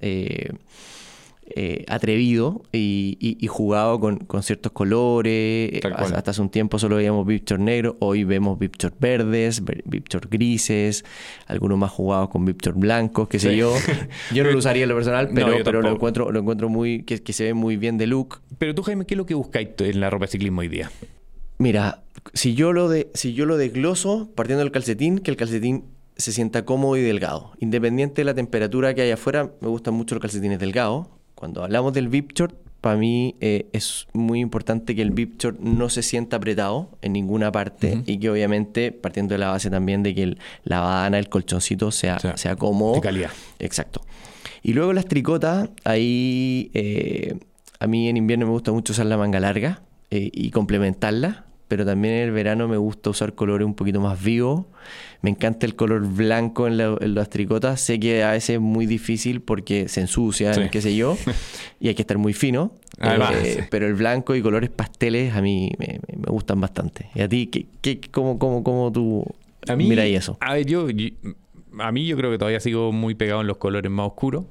atrevido y jugado con ciertos colores. Tal cual. Hasta hace un tiempo solo veíamos bib short negro, hoy vemos bib short verdes, bib short grises, algunos más jugados con bib short blancos, qué sé Sí. yo. Yo no lo usaría en lo personal, No, pero, yo pero lo tampoco. encuentro muy que se ve muy bien de look. Pero tú, Jaime, ¿qué es lo que buscáis en la ropa de ciclismo hoy día? Mira, si yo lo desgloso partiendo del calcetín, que el calcetín se sienta cómodo y delgado. Independiente de la temperatura que hay afuera, me gustan mucho los calcetines delgados. Cuando hablamos del bib short, para mí es muy importante que el bib short no se sienta apretado en ninguna parte, y que obviamente, partiendo de la base también de que la badana, el colchoncito sea cómodo. De calidad. Exacto. Y luego las tricotas, ahí a mí en invierno me gusta mucho usar la manga larga y complementarla, pero también en el verano me gusta usar colores un poquito más vivos. Me encanta el color blanco en las tricotas. Sé que a veces es muy difícil porque se ensucian, Sí. qué sé yo, y hay que estar muy fino. Además, sí. Pero el blanco y colores pasteles a mí me gustan bastante. ¿Y a ti cómo tú miras eso? A ver, a mí yo creo que todavía sigo muy pegado en los colores más oscuros,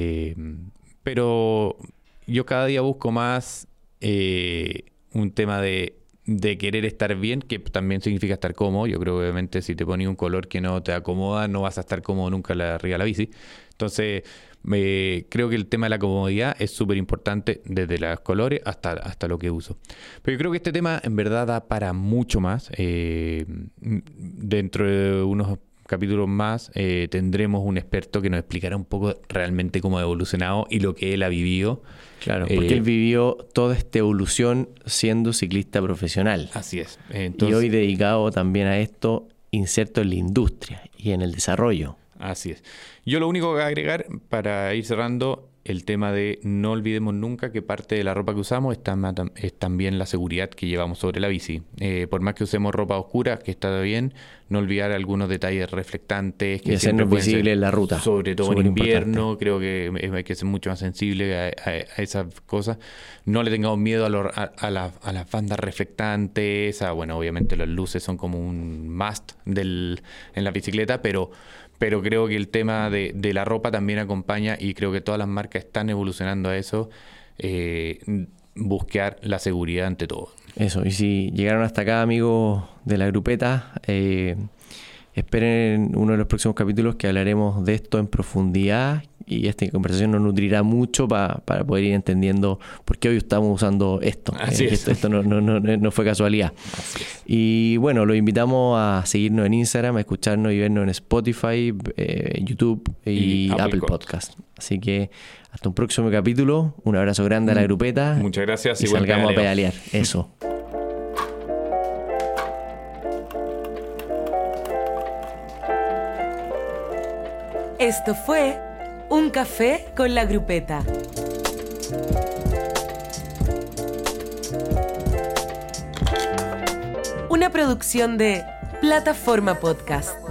pero yo cada día busco más un tema de querer estar bien, que también significa estar cómodo. Yo creo que obviamente si te pones un color que no te acomoda, no vas a estar cómodo nunca arriba de la bici. Entonces, creo que el tema de la comodidad es súper importante desde los colores hasta lo que uso. Pero yo creo que este tema en verdad da para mucho más. Dentro de unos capítulos más tendremos un experto que nos explicará un poco realmente cómo ha evolucionado y lo que él ha vivido. Claro, porque él vivió toda esta evolución siendo ciclista profesional. Así es. Y Entonces, hoy dedicado también a esto, inserto en la industria y en el desarrollo. así es. Yo lo único que voy a agregar para ir cerrando el tema de no olvidemos nunca que parte de la ropa que usamos es también la seguridad que llevamos sobre la bici. Por más que usemos ropa oscura, que está bien, no olvidar algunos detalles reflectantes. Que y hacernos visibles en la ruta. Sobre todo en invierno, creo que hay que ser mucho más sensible a esas cosas. No le tengamos miedo a las bandas reflectantes. Bueno, obviamente las luces son como un must en la bicicleta, pero creo que el tema de la ropa también acompaña, y creo que todas las marcas están evolucionando a eso, buscar la seguridad ante todo. Eso, y si llegaron hasta acá, amigos de la grupeta, esperen uno de los próximos capítulos que hablaremos de esto en profundidad, y esta conversación nos nutrirá mucho para poder ir entendiendo por qué hoy estamos usando esto. Esto no fue casualidad. Y bueno, los invitamos a seguirnos en Instagram, a escucharnos y vernos en Spotify, YouTube y Apple Podcast. Así que hasta un próximo capítulo. Un abrazo grande a la grupeta. Muchas gracias. Y salgamos a pedalear. Eso. Esto fue Un Café con la Grupeta. Una producción de Plataforma Podcast.